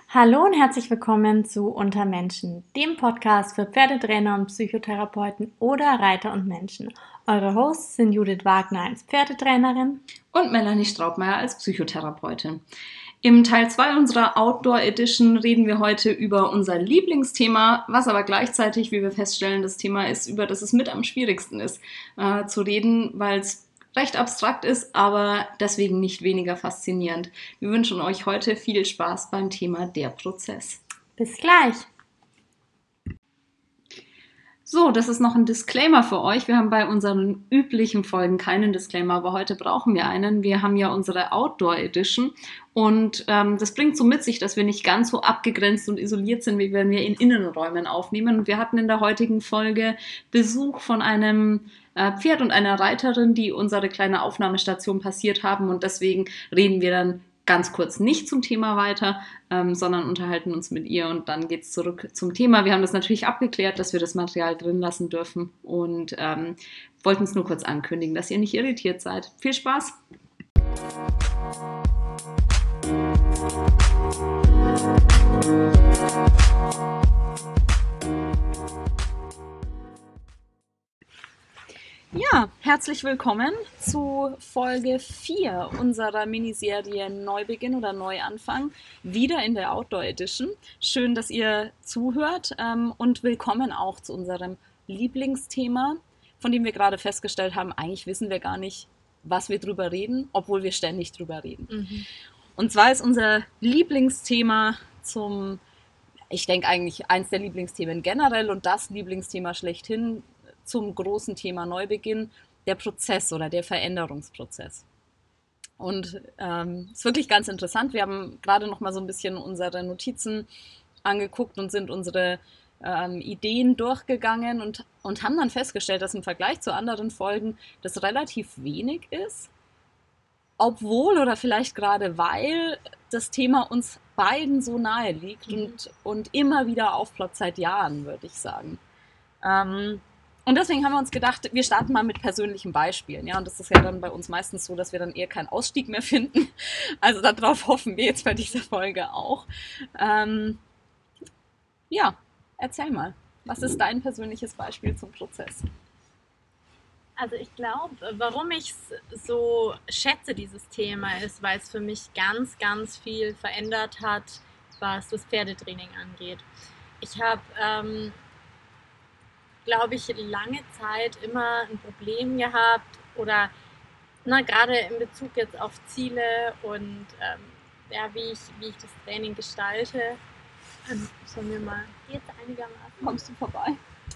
Hallo und herzlich willkommen zu Unter Menschen, dem Podcast für Pferdetrainer und Psychotherapeuten oder Reiter und Menschen. Eure Hosts sind Judith Wagner als Pferdetrainerin und Melanie Straubmeier als Psychotherapeutin. Im Teil 2 unserer Outdoor Edition reden wir heute über unser Lieblingsthema, was aber gleichzeitig, wie wir feststellen, das Thema ist, über das es mit am schwierigsten ist zu reden, weil es recht abstrakt ist, aber deswegen nicht weniger faszinierend. Wir wünschen euch heute viel Spaß beim Thema der Prozess. Bis gleich! So, das ist noch ein Disclaimer für euch. Wir haben bei unseren üblichen Folgen keinen Disclaimer, aber heute brauchen wir einen. Wir haben ja unsere Outdoor Edition und das bringt so mit sich, dass wir nicht ganz so abgegrenzt und isoliert sind, wie wenn wir in Innenräumen aufnehmen. Und wir hatten in der heutigen Folge Besuch von einem Pferd und einer Reiterin, die unsere kleine Aufnahmestation passiert haben und deswegen reden wir dann ganz kurz nicht zum Thema weiter, sondern unterhalten uns mit ihr und dann geht es zurück zum Thema. Wir haben das natürlich abgeklärt, dass wir das Material drin lassen dürfen und wollten es nur kurz ankündigen, dass ihr nicht irritiert seid. Viel Spaß! Ja, herzlich willkommen zu Folge 4 unserer Miniserie Neubeginn oder Neuanfang, wieder in der Outdoor Edition. Schön, dass ihr zuhört und willkommen auch zu unserem Lieblingsthema, von dem wir gerade festgestellt haben, eigentlich wissen wir gar nicht, was wir drüber reden, obwohl wir ständig drüber reden. Und zwar ist unser Lieblingsthema ich denke eigentlich eins der Lieblingsthemen generell und das Lieblingsthema schlechthin zum großen Thema Neubeginn, der Prozess oder der Veränderungsprozess. Und ist wirklich ganz interessant. Wir haben gerade noch mal so ein bisschen unsere Notizen angeguckt und sind unsere Ideen durchgegangen und haben dann festgestellt, dass im Vergleich zu anderen Folgen das relativ wenig ist, obwohl oder vielleicht gerade weil das Thema uns beiden so nahe liegt und immer wieder aufploppt seit Jahren, würde ich sagen. Und deswegen haben wir uns gedacht, wir starten mal mit persönlichen Beispielen. Ja? Und das ist ja dann bei uns meistens so, dass wir dann eher keinen Ausstieg mehr finden. Also darauf hoffen wir jetzt bei dieser Folge auch. Ja, erzähl mal. Was ist dein persönliches Beispiel zum Prozess? Also ich glaube, warum ich es so schätze, dieses Thema, ist, weil es für mich ganz, ganz viel verändert hat, was das Pferdetraining angeht. Ich habe glaube ich, lange Zeit immer ein Problem gehabt oder gerade in Bezug jetzt auf Ziele und ja, wie ich das Training gestalte. Sollen wir mal, geht's einigermaßen? Kommst du vorbei?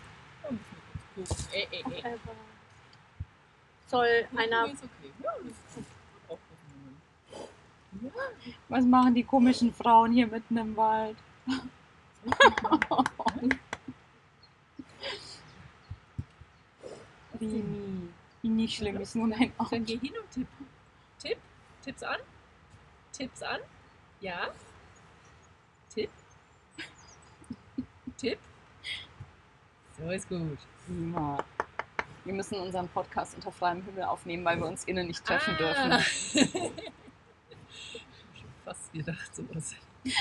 Soll einer... Was machen die komischen Frauen hier mitten im Wald? Wie nicht schlimm ist nur ein Auge. Dann geh hin und tipp. Tipps an. Tipps an. Ja. Tipp. Tipp. So ist gut. Ja. Wir müssen unseren Podcast unter freiem Himmel aufnehmen, weil wir uns innen nicht treffen dürfen. Ich hab schon fast gedacht, sowas.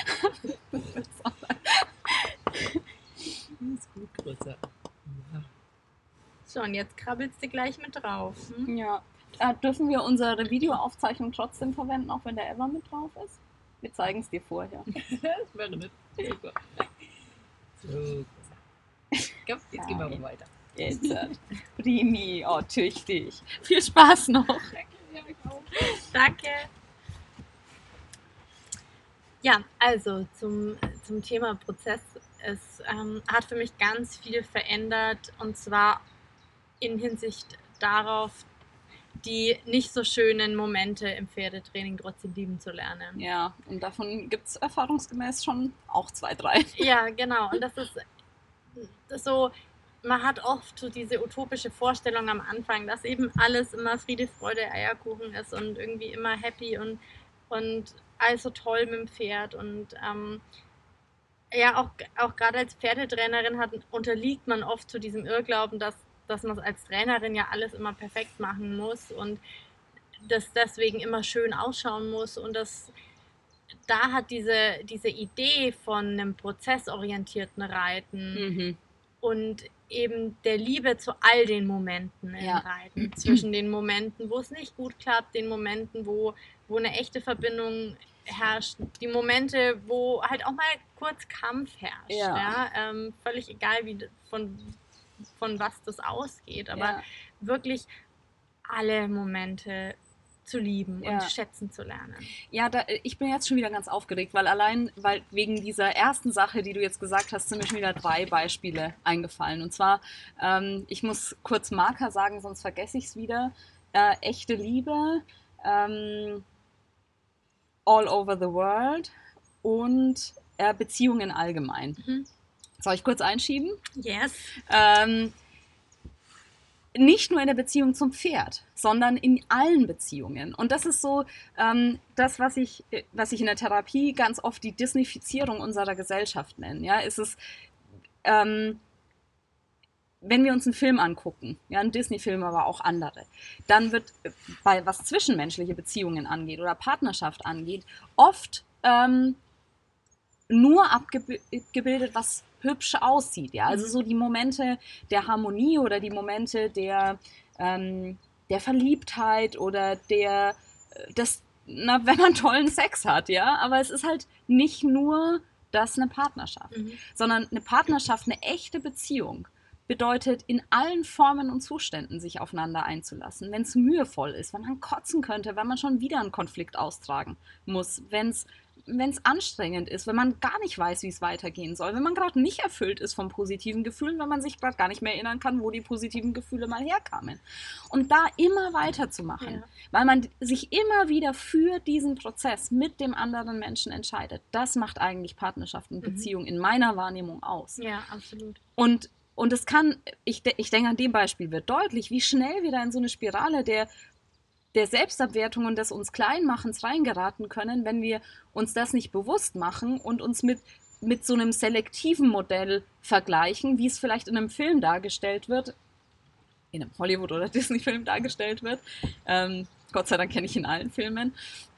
Ist gut, größer. Ja. So, und jetzt krabbelst du gleich mit drauf. Hm? Ja. Dürfen wir unsere Videoaufzeichnung trotzdem verwenden, auch wenn der Ever mit drauf ist? Wir zeigen es dir vorher. Das wäre nicht super. So, komm, jetzt gehen wir mal weiter. Jetzt. Primi, oh, tüchtig. Viel Spaß noch. Danke. Ja, also zum Thema Prozess. Es hat für mich ganz viel verändert und zwar in Hinsicht darauf, die nicht so schönen Momente im Pferdetraining trotzdem lieben zu lernen. Ja, und davon gibt es erfahrungsgemäß schon auch 2, 3. Ja, genau. Und das ist so, man hat oft so diese utopische Vorstellung am Anfang, dass eben alles immer Friede, Freude, Eierkuchen ist und irgendwie immer happy und alles so toll mit dem Pferd. Und ja, auch gerade als Pferdetrainerin unterliegt man oft zu diesem Irrglauben, dass man als Trainerin ja alles immer perfekt machen muss und das deswegen immer schön ausschauen muss und das da hat diese Idee von einem prozessorientierten Reiten und eben der Liebe zu all den Momenten im Reiten, zwischen den Momenten, wo es nicht gut klappt, den Momenten, wo eine echte Verbindung herrscht, die Momente, wo halt auch mal kurz Kampf herrscht, völlig egal, von was das ausgeht, aber wirklich alle Momente zu lieben und schätzen zu lernen. Ja, ich bin jetzt schon wieder ganz aufgeregt, weil wegen dieser ersten Sache, die du jetzt gesagt hast, sind mir schon wieder 3 Beispiele eingefallen. Und zwar, ich muss kurz Marker sagen, sonst vergesse ich es wieder. Echte Liebe, All Over the World und Beziehungen allgemein. Soll ich kurz einschieben? Yes. Nicht nur in der Beziehung zum Pferd, sondern in allen Beziehungen. Und das ist so das, was ich in der Therapie ganz oft die Disneyfizierung unserer Gesellschaft nenne. Ja, es ist, wenn wir uns einen Film angucken, ja, einen Disney-Film, aber auch andere, dann wird, was zwischenmenschliche Beziehungen angeht oder Partnerschaft angeht, oft nur abgebildet, was hübsch aussieht. Ja? Also so die Momente der Harmonie oder die Momente der Verliebtheit oder wenn man tollen Sex hat. Ja? Aber es ist halt nicht nur das eine Partnerschaft, sondern eine Partnerschaft, eine echte Beziehung bedeutet, in allen Formen und Zuständen sich aufeinander einzulassen. Wenn es mühevoll ist, wenn man kotzen könnte, wenn man schon wieder einen Konflikt austragen muss, wenn es anstrengend ist, wenn man gar nicht weiß, wie es weitergehen soll, wenn man gerade nicht erfüllt ist von positiven Gefühlen, wenn man sich gerade gar nicht mehr erinnern kann, wo die positiven Gefühle mal herkamen. Und da immer weiterzumachen, weil man sich immer wieder für diesen Prozess mit dem anderen Menschen entscheidet, das macht eigentlich Partnerschaft und Beziehung in meiner Wahrnehmung aus. Ja, absolut. Und es kann, ich denke, an dem Beispiel wird deutlich, wie schnell wir da in so eine Spirale der Selbstabwertung und des uns Kleinmachens reingeraten können, wenn wir uns das nicht bewusst machen und uns mit so einem selektiven Modell vergleichen, wie es vielleicht in einem Film dargestellt wird, in einem Hollywood- oder Disney-Film dargestellt wird. Gott sei Dank kenne ich in allen Filmen.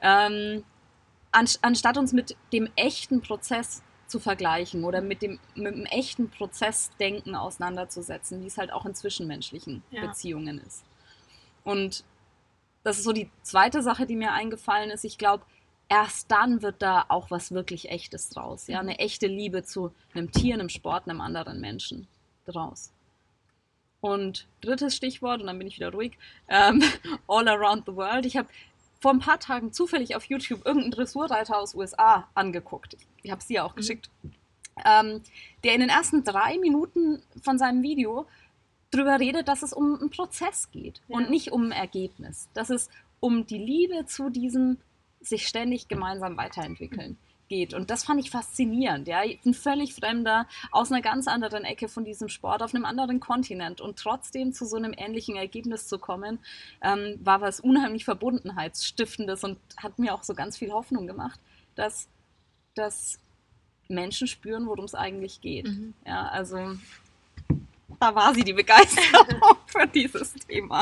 Anstatt uns mit dem echten Prozess zu vergleichen oder mit dem echten Prozessdenken auseinanderzusetzen, wie es halt auch in zwischenmenschlichen Beziehungen ist. Und das ist so die zweite Sache, die mir eingefallen ist. Ich glaube, erst dann wird da auch was wirklich Echtes draus. Ja? Eine echte Liebe zu einem Tier, einem Sport, einem anderen Menschen draus. Und drittes Stichwort, und dann bin ich wieder ruhig, All Around the World. Ich habe vor ein paar Tagen zufällig auf YouTube irgendeinen Dressurreiter aus USA angeguckt. Ich habe es dir auch geschickt. Der in den ersten 3 Minuten von seinem Video drüber redet, dass es um einen Prozess geht und nicht um ein Ergebnis. Dass es um die Liebe zu diesem sich ständig gemeinsam weiterentwickeln geht. Und das fand ich faszinierend. Ja? Ein völlig Fremder aus einer ganz anderen Ecke von diesem Sport, auf einem anderen Kontinent und trotzdem zu so einem ähnlichen Ergebnis zu kommen, war was unheimlich Verbundenheitsstiftendes und hat mir auch so ganz viel Hoffnung gemacht, dass Menschen spüren, worum es eigentlich geht. Ja, also da war sie, die Begeisterung für dieses Thema.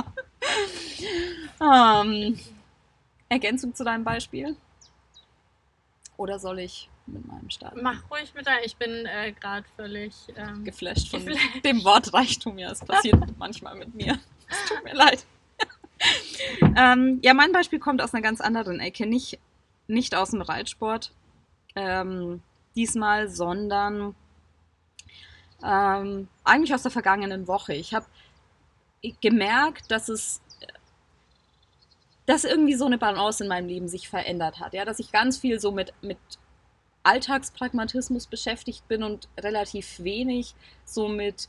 Ergänzung zu deinem Beispiel? Oder soll ich mit meinem starten? Mach ruhig mit deinem. Ich bin gerade völlig geflasht von dem Wortreichtum. Ja, es passiert manchmal mit mir. Es tut mir leid. Ja, mein Beispiel kommt aus einer ganz anderen Ecke. Nicht aus dem Reitsport diesmal, sondern eigentlich aus der vergangenen Woche. Ich habe gemerkt, dass irgendwie so eine Balance in meinem Leben sich verändert hat. Ja? Dass ich ganz viel so mit Alltagspragmatismus beschäftigt bin und relativ wenig so mit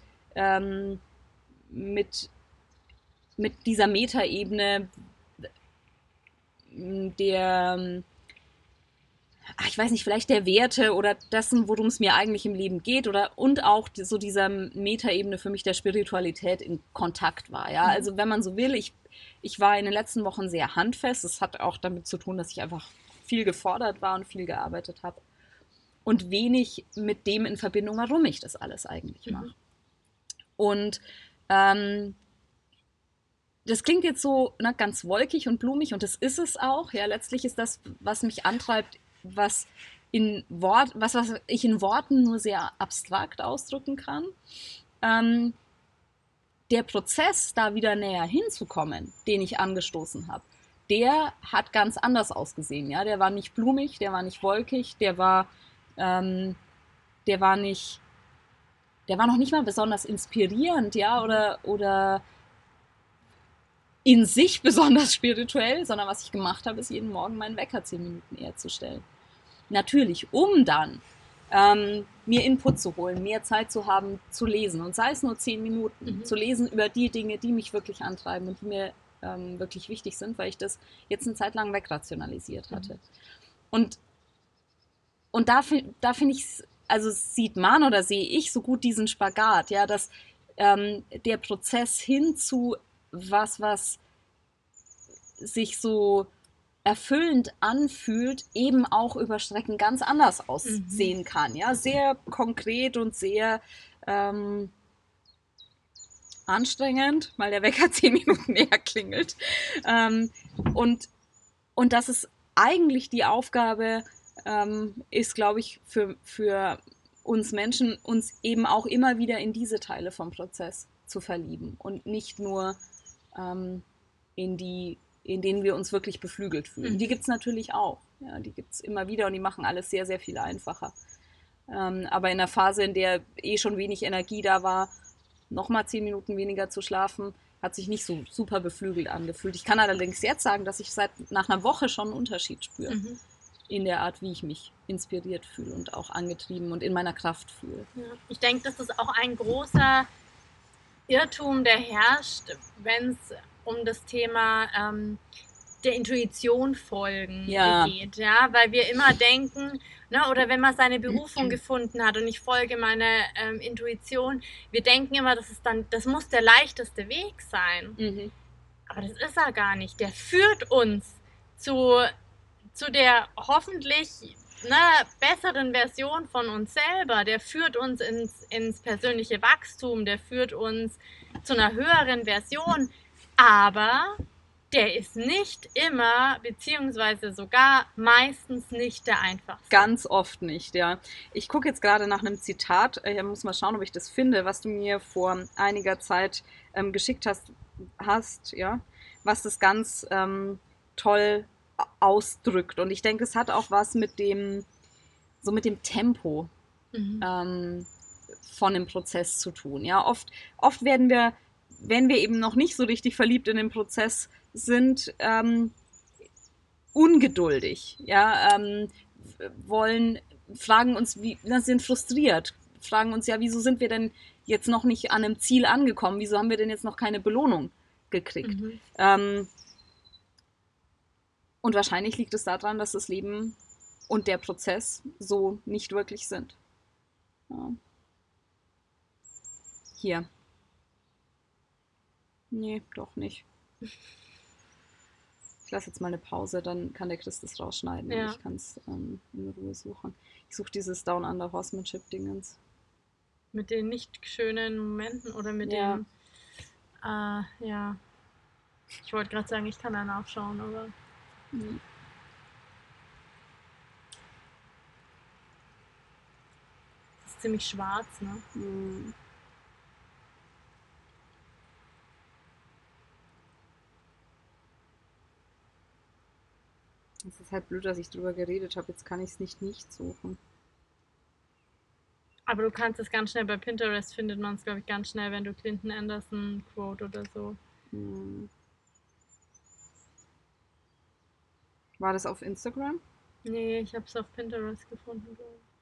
dieser Metaebene ich weiß nicht, vielleicht der Werte oder dessen, worum es mir eigentlich im Leben geht und auch so dieser Metaebene für mich der Spiritualität in Kontakt war. Ja? Also wenn man so will, ich war in den letzten Wochen sehr handfest. Das hat auch damit zu tun, dass ich einfach viel gefordert war und viel gearbeitet habe. Und wenig mit dem in Verbindung, warum ich das alles eigentlich mache. Und das klingt jetzt so ganz wolkig und blumig und das ist es auch. Ja, letztlich ist das, was mich antreibt, was was ich in Worten nur sehr abstrakt ausdrücken kann. Der Prozess, da wieder näher hinzukommen, den ich angestoßen habe, der hat ganz anders ausgesehen. Ja? Der war nicht blumig, der war nicht wolkig, der war noch nicht mal besonders inspirierend, ja, oder in sich besonders spirituell, sondern was ich gemacht habe, ist jeden Morgen meinen Wecker 10 Minuten eher zu stellen. Natürlich, um dann mir Input zu holen, mehr Zeit zu haben, zu lesen. Und sei es nur 10 Minuten, zu lesen über die Dinge, die mich wirklich antreiben und die mir wirklich wichtig sind, weil ich das jetzt eine Zeit lang wegrationalisiert hatte. Und da finde ich, also sieht man oder sehe ich so gut diesen Spagat, ja, dass der Prozess hin zu was sich so erfüllend anfühlt, eben auch über Strecken ganz anders aussehen kann. Ja? Sehr konkret und sehr anstrengend, weil der Wecker 10 Minuten eher klingelt. Und dass es eigentlich die Aufgabe ist, glaube ich, für uns Menschen, uns eben auch immer wieder in diese Teile vom Prozess zu verlieben und nicht nur in denen wir uns wirklich beflügelt fühlen. Die gibt es natürlich auch. Ja, die gibt es immer wieder und die machen alles sehr, sehr viel einfacher. Aber in der Phase, in der schon wenig Energie da war, nochmal 10 Minuten weniger zu schlafen, hat sich nicht so super beflügelt angefühlt. Ich kann allerdings jetzt sagen, dass ich nach einer Woche schon einen Unterschied spüre. In der Art, wie ich mich inspiriert fühle und auch angetrieben und in meiner Kraft fühle. Ja. Ich denke, das ist auch ein großer Irrtum, der herrscht, wenn es um das Thema der Intuition folgen geht. Ja? Weil wir immer denken, ne, oder wenn man seine Berufung gefunden hat und ich folge meiner Intuition, wir denken immer, das muss der leichteste Weg sein. Aber das ist er gar nicht. Der führt uns zu der hoffentlich besseren Version von uns selber. Der führt uns ins persönliche Wachstum, der führt uns zu einer höheren Version. Aber der ist nicht immer, beziehungsweise sogar meistens nicht der einfachste. Ganz oft nicht, ja. Ich gucke jetzt gerade nach einem Zitat, ich muss mal schauen, ob ich das finde, was du mir vor einiger Zeit geschickt hast, ja, was das ganz toll ausdrückt. Und ich denke, es hat auch was mit dem Tempo von dem Prozess zu tun. Ja, oft werden wir, wenn wir eben noch nicht so richtig verliebt in den Prozess sind, ungeduldig. Ja, fragen uns, sind frustriert, fragen uns ja, wieso sind wir denn jetzt noch nicht an einem Ziel angekommen? Wieso haben wir denn jetzt noch keine Belohnung gekriegt? Und wahrscheinlich liegt es daran, dass das Leben und der Prozess so nicht wirklich sind. Ja. Hier. Nee, doch nicht. Ich lasse jetzt mal eine Pause, dann kann der Chris das rausschneiden. Ja. Und ich kann es in Ruhe suchen. Ich suche dieses Down Under Horsemanship-Dingens. Mit den nicht schönen Momenten oder mit dem... ja. Ich wollte gerade sagen, ich kann da nachschauen, aber... Das ist ziemlich schwarz, ne? Es ist halt blöd, dass ich drüber geredet habe. Jetzt kann ich es nicht suchen. Aber du kannst es ganz schnell bei Pinterest, findet man es, glaube ich, ganz schnell, wenn du Clinton Anderson Quote oder so. War das auf Instagram? Nee, ich habe es auf Pinterest gefunden.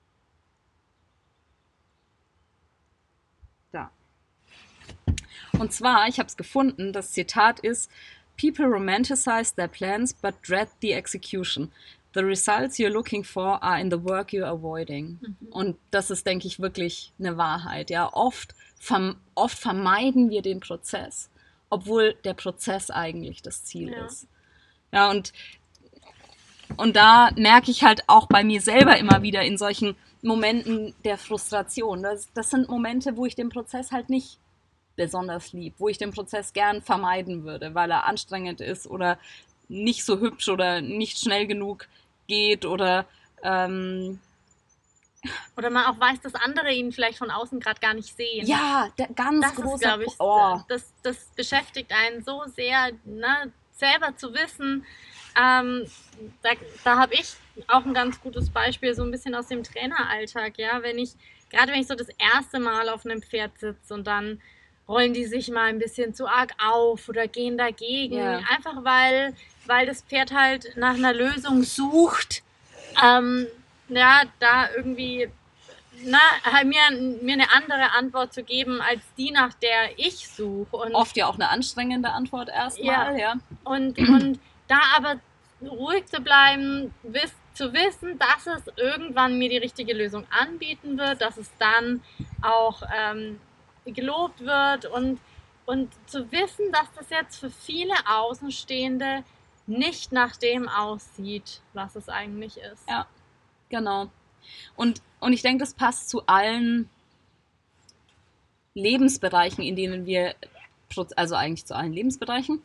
Da. Und zwar, ich habe es gefunden, das Zitat ist: People romanticize their plans but dread the execution. The results you're looking for are in the work you're avoiding. Und das ist, denke ich, wirklich eine Wahrheit. Ja, oft vermeiden wir den Prozess, obwohl der Prozess eigentlich das Ziel ist. Ja, und da merke ich halt auch bei mir selber immer wieder in solchen Momenten der Frustration. Das sind Momente, wo ich den Prozess halt nicht besonders lieb, wo ich den Prozess gern vermeiden würde, weil er anstrengend ist oder nicht so hübsch oder nicht schnell genug geht oder Oder man auch weiß, dass andere ihn vielleicht von außen gerade gar nicht sehen. Ja, der ganz Das ist, großer glaube ich, das beschäftigt einen so sehr, ne, selber zu wissen. Da habe ich auch ein ganz gutes Beispiel, so ein bisschen aus dem Traineralltag, ja, gerade wenn ich so das erste Mal auf einem Pferd sitze und dann rollen die sich mal ein bisschen zu arg auf oder gehen dagegen, Ja. einfach weil das Pferd halt nach einer Lösung sucht, ja, da irgendwie mir eine andere Antwort zu geben, als die, nach der ich suche. Und oft ja auch eine anstrengende Antwort erstmal, ja. Und da aber ruhig zu bleiben, zu wissen, dass es irgendwann mir die richtige Lösung anbieten wird, dass es dann auch gelobt wird und zu wissen, dass das jetzt für viele Außenstehende nicht nach dem aussieht, was es eigentlich ist. Ja, genau. Und ich denke, das passt zu allen Lebensbereichen, in denen wir, also eigentlich zu allen Lebensbereichen.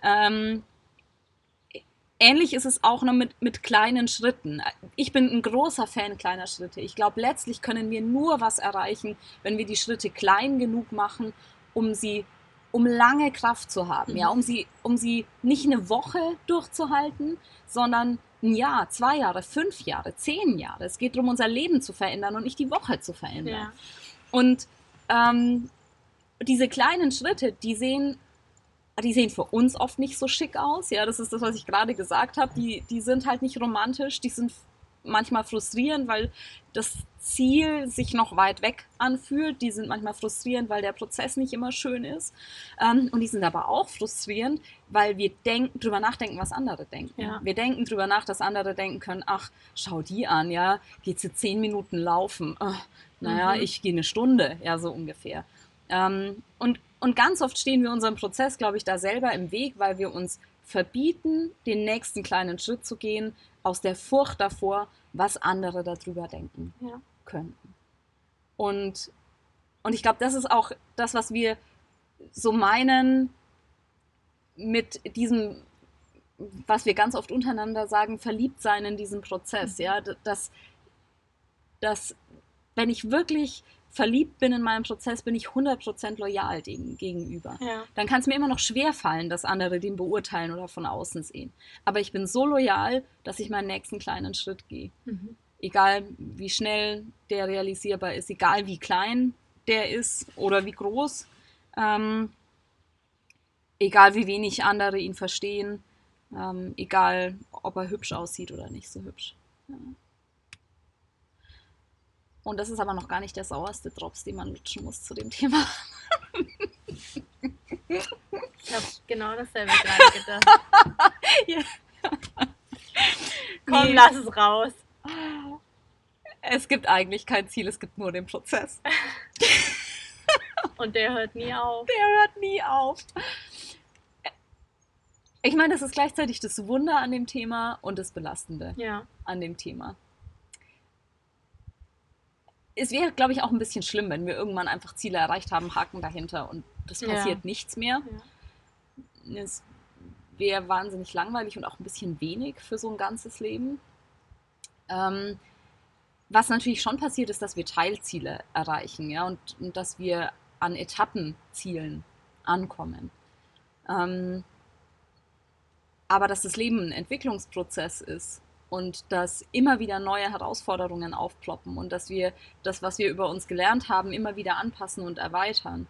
Ähnlich ist es auch noch mit kleinen Schritten. Ich bin ein großer Fan kleiner Schritte. Ich glaube, letztlich können wir nur was erreichen, wenn wir die Schritte klein genug machen, um lange Kraft zu haben, ja, um sie nicht eine Woche durchzuhalten, sondern ein Jahr, 2 Jahre, 5 Jahre, 10 Jahre. Es geht darum, unser Leben zu verändern und nicht die Woche zu verändern. Ja. Und diese kleinen Schritte, die sehen für uns oft nicht so schick aus. Ja, das ist das, was ich gerade gesagt habe. Die sind halt nicht romantisch, die sind manchmal frustrierend, weil das Ziel sich noch weit weg anfühlt. Die sind manchmal frustrierend, weil der Prozess nicht immer schön ist. Und die sind aber auch frustrierend, weil wir drüber nachdenken, was andere denken. Ja. Wir denken drüber nach, dass andere denken können, ach, schau die an, ja, geht sie 10 Minuten laufen. Naja, ich gehe eine Stunde, ja, so ungefähr. Und ganz oft stehen wir unserem Prozess, glaube ich, da selber im Weg, weil wir uns verbieten, den nächsten kleinen Schritt zu gehen, aus der Furcht davor, was andere darüber denken könnten. Und ich glaube, das ist auch das, was wir so meinen mit diesem, was wir ganz oft untereinander sagen, verliebt sein in diesen Prozess. Ja? Dass wenn ich wirklich verliebt bin in meinem Prozess, bin ich 100% loyal dem gegenüber. Ja. Dann kann es mir immer noch schwerfallen, dass andere den beurteilen oder von außen sehen. Aber ich bin so loyal, dass ich meinen nächsten kleinen Schritt gehe. Egal, wie schnell der realisierbar ist, egal, wie klein der ist oder wie groß, egal, wie wenig andere ihn verstehen, egal, ob er hübsch aussieht oder nicht so hübsch. Ja. Und das ist aber noch gar nicht der sauerste Drops, den man lutschen muss zu dem Thema. Ich habe genau dasselbe gerade gedacht. Ja. Komm, Nee. lass es raus. Es gibt eigentlich kein Ziel, es gibt nur den Prozess. Und der hört nie auf. Der hört nie auf. Ich meine, das ist gleichzeitig das Wunder an dem Thema und das Belastende an dem Thema. Es wäre, glaube ich, auch ein bisschen schlimm, wenn wir irgendwann einfach Ziele erreicht haben, Haken dahinter und das passiert nichts mehr. Ja. Es wäre wahnsinnig langweilig und auch ein bisschen wenig für so ein ganzes Leben. Was natürlich schon passiert, ist, dass wir Teilziele erreichen, ja, und dass wir an Etappenzielen ankommen. Aber dass das Leben ein Entwicklungsprozess ist und dass immer wieder neue Herausforderungen aufploppen und dass wir das, was wir über uns gelernt haben, immer wieder anpassen und erweitern.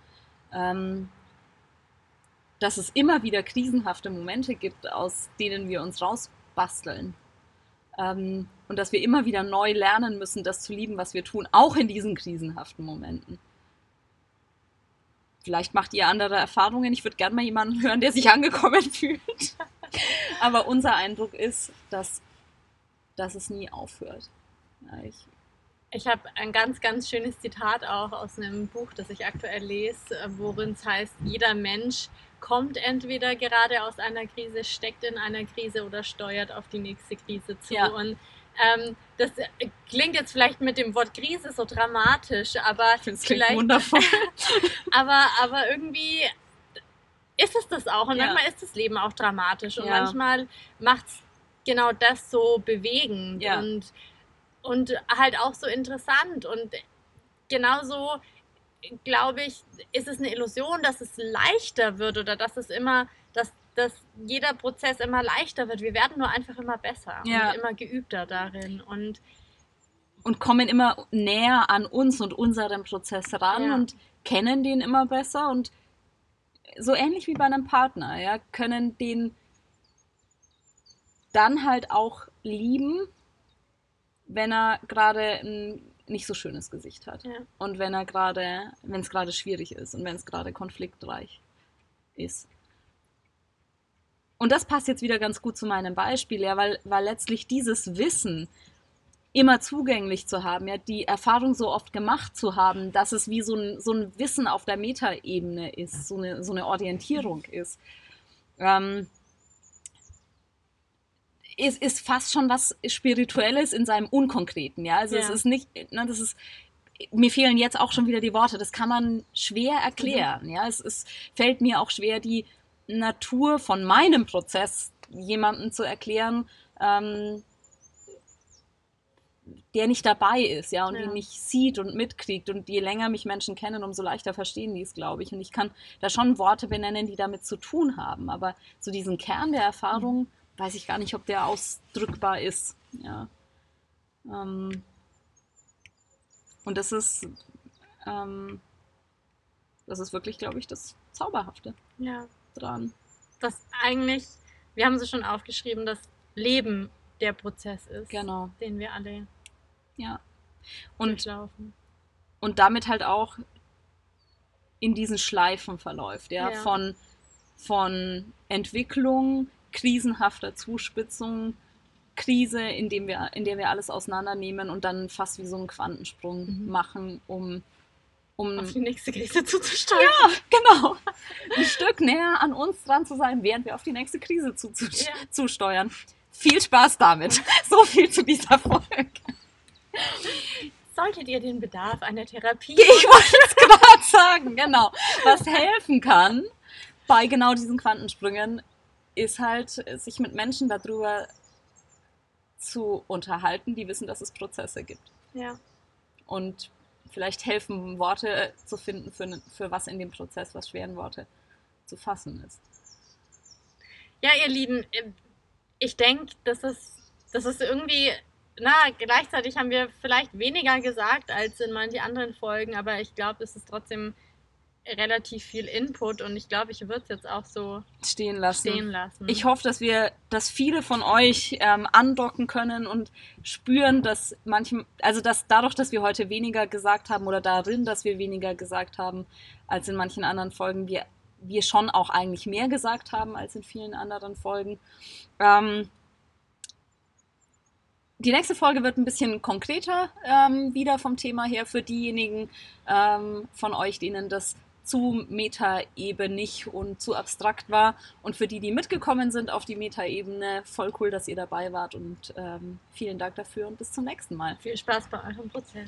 Dass es immer wieder krisenhafte Momente gibt, aus denen wir uns rausbasteln. Und dass wir immer wieder neu lernen müssen, das zu lieben, was wir tun, auch in diesen krisenhaften Momenten. Vielleicht macht ihr andere Erfahrungen. Ich würde gerne mal jemanden hören, der sich angekommen fühlt. Aber unser Eindruck ist, dass es nie aufhört. Ja, ich habe ein ganz, ganz schönes Zitat auch aus einem Buch, das ich aktuell lese, worin es heißt, jeder Mensch kommt entweder gerade aus einer Krise, steckt in einer Krise oder steuert auf die nächste Krise zu. Ja. Und das klingt jetzt vielleicht mit dem Wort Krise so dramatisch, aber ich finde es klingt wundervoll. aber irgendwie ist es das auch. Und manchmal ist das Leben auch dramatisch. Und manchmal macht es genau das so bewegend. Ja. Und und halt auch so interessant. Und genauso, glaube ich, ist es eine Illusion, dass es leichter wird oder dass es immer, dass jeder Prozess immer leichter wird. Wir werden nur einfach immer besser Ja. und immer geübter darin. Und kommen immer näher an uns und unseren Prozess ran Ja. und kennen den immer besser und so ähnlich wie bei einem Partner, ja, können den dann halt auch lieben, wenn er gerade ein nicht so schönes Gesicht hat. Ja. Und wenn es gerade schwierig ist und wenn es gerade konfliktreich ist. Und das passt jetzt wieder ganz gut zu meinem Beispiel, ja, weil letztlich dieses Wissen immer zugänglich zu haben, ja, die Erfahrung so oft gemacht zu haben, dass es wie so ein Wissen auf der Metaebene ist, so eine Orientierung ist, ist fast schon was Spirituelles in seinem Unkonkreten, ja, also Ja. es ist nicht, ne, das ist, mir fehlen jetzt auch schon wieder die Worte, das kann man schwer erklären, ja, es fällt mir auch schwer, die Natur von meinem Prozess jemandem zu erklären, der nicht dabei ist, ja, und Ja. ihn nicht sieht und mitkriegt. Und je länger mich Menschen kennen, umso leichter verstehen die es, glaube ich. Und ich kann da schon Worte benennen, die damit zu tun haben. Aber so diesen Kern der Erfahrung weiß ich gar nicht, ob der ausdrückbar ist. Ja. Und das ist wirklich, glaube ich, das Zauberhafte Ja. dran. Das eigentlich, wir haben es schon aufgeschrieben, das Leben der Prozess ist, Genau. den wir alle Ja. Und durchlaufen. damit halt auch in diesen Schleifen verläuft, ja, Ja. von Entwicklung, krisenhafter Zuspitzung, Krise, in der wir alles auseinandernehmen und dann fast wie so einen Quantensprung machen, um Auf die nächste Krise zuzusteuern. ja, genau, ein Stück näher an uns dran zu sein, während wir auf die nächste Krise zusteuern. Viel Spaß damit. So viel zu dieser Folge. Solltet ihr den Bedarf einer Therapie Ich wollte es gerade sagen, genau. Was helfen kann bei genau diesen Quantensprüngen, ist halt, sich mit Menschen darüber zu unterhalten, die wissen, dass es Prozesse gibt. Ja. Und vielleicht helfen, Worte zu finden für was in dem Prozess, was schweren Worte zu fassen ist. Ja, ihr Lieben, ich denke, das ist irgendwie, gleichzeitig haben wir vielleicht weniger gesagt als in manchen anderen Folgen, aber ich glaube, es ist trotzdem relativ viel Input und ich glaube, ich würde es jetzt auch so Stehen lassen. Ich hoffe, dass viele von euch andocken können und spüren, dass dass dadurch, dass wir heute weniger gesagt haben oder darin, dass wir weniger gesagt haben als in manchen anderen Folgen, wir schon auch eigentlich mehr gesagt haben als in vielen anderen Folgen. Die nächste Folge wird ein bisschen konkreter wieder vom Thema her für diejenigen von euch, denen das zu metaebenig und zu abstrakt war. Und für die mitgekommen sind auf die Metaebene, voll cool, dass ihr dabei wart und vielen Dank dafür und bis zum nächsten Mal. Viel Spaß bei eurem Prozess.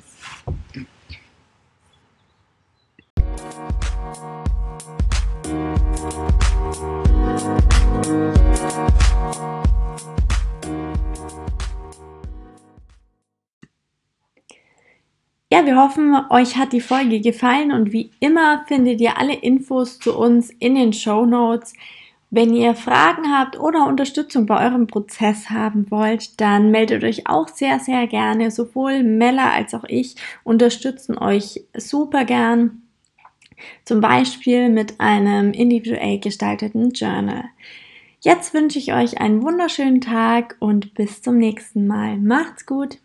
Ja, wir hoffen, euch hat die Folge gefallen und wie immer findet ihr alle Infos zu uns in den Shownotes. Wenn ihr Fragen habt oder Unterstützung bei eurem Prozess haben wollt, dann meldet euch auch sehr, sehr gerne. Sowohl Mella als auch ich unterstützen euch super gern. Zum Beispiel mit einem individuell gestalteten Journal. Jetzt wünsche ich euch einen wunderschönen Tag und bis zum nächsten Mal. Macht's gut!